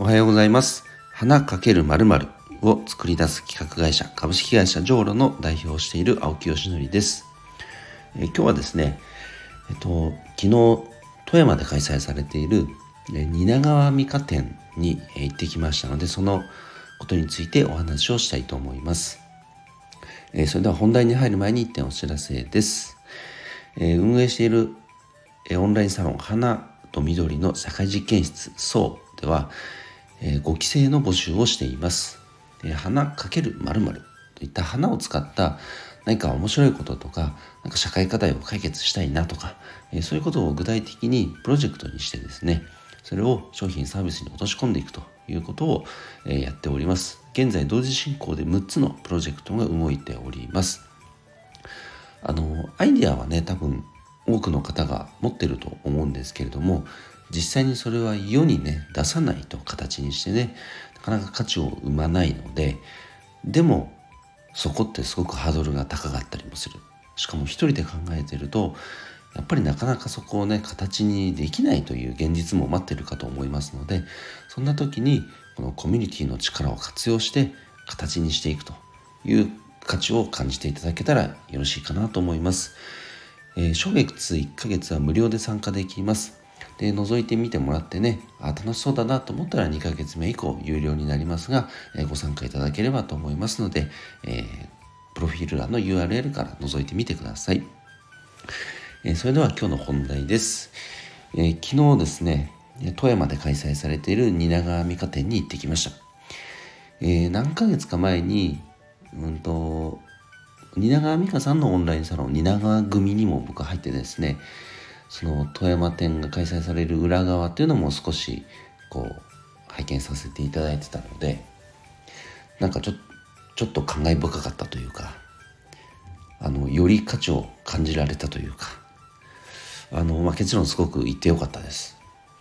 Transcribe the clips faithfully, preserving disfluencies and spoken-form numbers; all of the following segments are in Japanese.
おはようございます。花×〇〇を作り出す企画会社株式会社ジョーロの代表をしている青木よしのりです。えー、今日はですね、えっと昨日富山で開催されている蜷川美香展に行ってきましたので、そのことについてお話をしたいと思います。えー、それでは本題に入る前に一点お知らせです。えー、運営しているオンラインサロン花と緑の社会実験室そうでは、えー、ご期生の募集をしています。えー、花×〇〇といった花を使った何か面白いこととか、なんか社会課題を解決したいなとか、えー、そういうことを具体的にプロジェクトにしてですね、それを商品サービスに落とし込んでいくということを、えー、やっております。現在同時進行でむっつのプロジェクトが動いております。あのアイディアはね、多分多くの方が持ってると思うんですけれども、実際にそれは世にね出さないと形にしてね、なかなか価値を生まないので、でもそこってすごくハードルが高かったりもする。しかも一人で考えてるとやっぱりなかなかそこをね形にできないという現実も待ってるかと思いますので、そんな時にこのコミュニティの力を活用して形にしていくという価値を感じていただけたらよろしいかなと思います。えー、初月いっかげつは無料で参加できます。で、覗いてみてもらってね、あ、楽しそうだなと思ったらにかげつめ以降有料になりますが、えー、ご参加いただければと思いますので、えー、プロフィール欄の ユーアールエル から覗いてみてください。えー、それでは今日の本題です。えー、昨日ですね、富山で開催されている蜷川美香展に行ってきました。えー、何ヶ月か前に、うんと蜷川美香さんのオンラインサロン蜷川組にも僕入ってですね、その富山店が開催される裏側っていうのも少しこう拝見させていただいてたので、なんかちょちょっと感慨深かったというか、あのより価値を感じられたというか、あの、まあ、結論すごく言ってよかったです。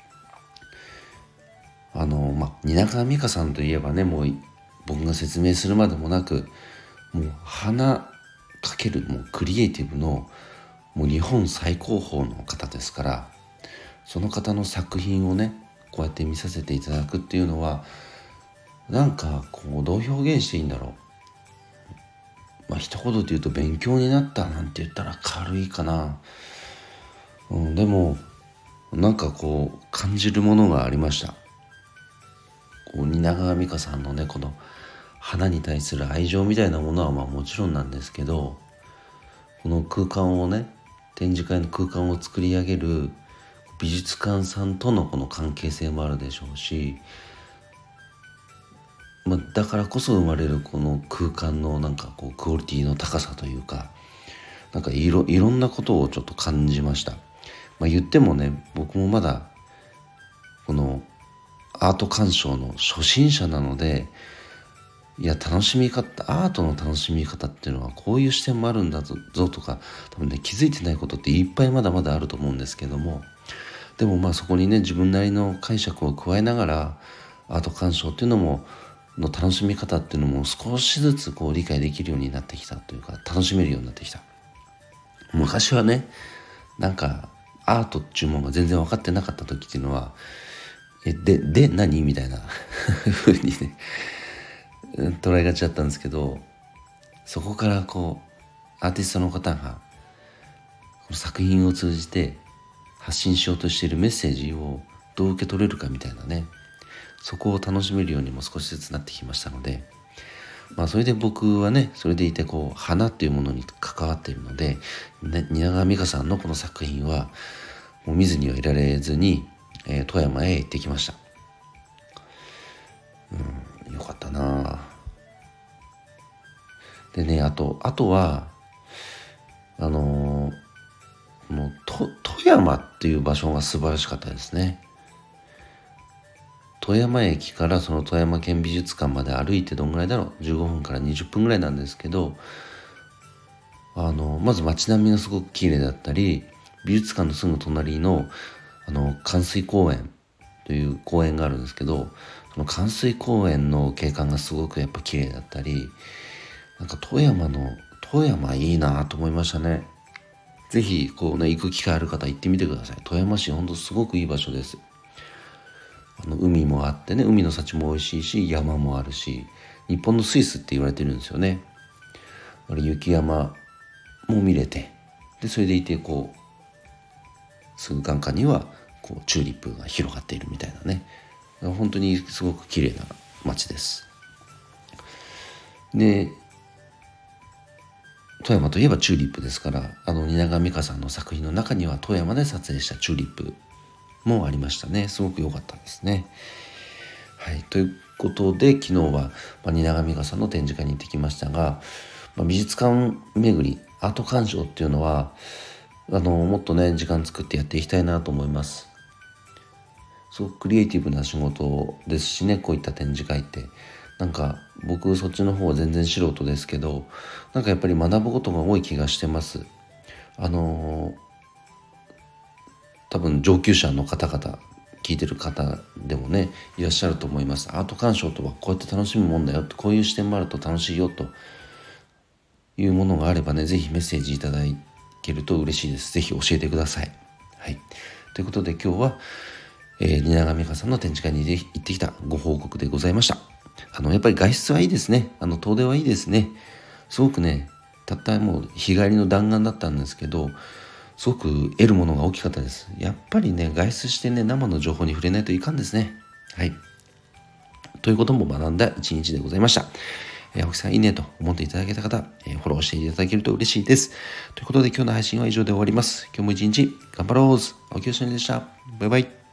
あの、まあ、蜷川美香さんといえばね、もう僕が説明するまでもなく、もう花かけるもうクリエイティブのもう日本最高峰の方ですから、その方の作品をねこうやって見させていただくっていうのは、なんかこうどう表現していいんだろう。まあ一言で言うと勉強になったなんて言ったら軽いかな、うん、でもなんかこう感じるものがありました。こう蜷川美香さんのねこの花に対する愛情みたいなものはまあもちろんなんですけど、この空間をね、展示会の空間を作り上げる美術館さんとのこの関係性もあるでしょうし、まあ、だからこそ生まれるこの空間のなんかこうクオリティの高さというか、なんかいろいろんなことをちょっと感じました。まあ、言ってもね、僕もまだこのアート鑑賞の初心者なので、いや楽しみ方、アートの楽しみ方っていうのはこういう視点もあるんだぞとか、多分ね気づいてないことっていっぱいまだまだあると思うんですけども、でもまあそこにね自分なりの解釈を加えながらアート鑑賞っていうのもの楽しみ方っていうのも少しずつこう理解できるようになってきたというか、楽しめるようになってきた。昔はね、なんかアートっていうものが全然分かってなかった時っていうのは、えでで何みたいな風にね捉えがちだったんですけど、そこからこうアーティストの方がこの作品を通じて発信しようとしているメッセージをどう受け取れるかみたいなね、そこを楽しめるようにも少しずつなってきましたので、まあそれで僕はね、それでいてこう花っていうものに関わっているので、ね、蜷川美香さんのこの作品はもう見ずにはいられずに、えー、富山へ行ってきました。うん、よかったな。でね、あとあとはあのーもうと富山っていう場所が素晴らしかったですね。富山駅からその富山県美術館まで歩いてどんぐらいだろう、じゅうごふんからにじゅっぷんぐらいなんですけど、あのまず街並みがすごく綺麗だったり、美術館のすぐ隣のあの関水公園という公園があるんですけど、その関水公園の景観がすごくやっぱ綺麗だったり、なんか富山の富山いいなと思いましたね。ぜひこうね行く機会ある方行ってみてください。富山市ほんとすごくいい場所です。 あの海もあってね、海の幸も美味しいし、山もあるし、日本のスイスって言われてるんですよね。あれ雪山も見れて、でそれでいてこうすぐ眼下にはこうチューリップが広がっているみたいなね、本当にすごく綺麗な街です。で富山といえばチューリップですから、あの蜷川実花さんの作品の中には富山で撮影したチューリップもありましたね。すごく良かったですね。はい、ということで昨日は、まあ、蜷川実花さんの展示会に行ってきましたが、まあ、美術館巡り、アート鑑賞っていうのはあのもっとね時間作ってやっていきたいなと思います。すごくクリエイティブな仕事ですしね、こういった展示会ってなんか僕そっちの方は全然素人ですけど、なんかやっぱり学ぶことが多い気がしてます。あのー、多分上級者の方々聞いてる方でもねいらっしゃると思います。アート鑑賞とはこうやって楽しむもんだよ、こういう視点もあると楽しいよというものがあればね、ぜひメッセージいただけると嬉しいです。ぜひ教えてください。はい、ということで今日はえー、蜷川実花さんの展示会に行ってきたご報告でございました。あのやっぱり外出はいいですね。あの遠出はいいですね。すごくね、たったもう日帰りの弾丸だったんですけど、すごく得るものが大きかったです。やっぱりね、外出してね、生の情報に触れないといかんですね。はい。ということも学んだ一日でございました。えー、青木さんいいねと思っていただけた方、えー、フォローしていただけると嬉しいです。ということで今日の配信は以上で終わります。今日も一日頑張ろう。青木よしのりでした。バイバイ。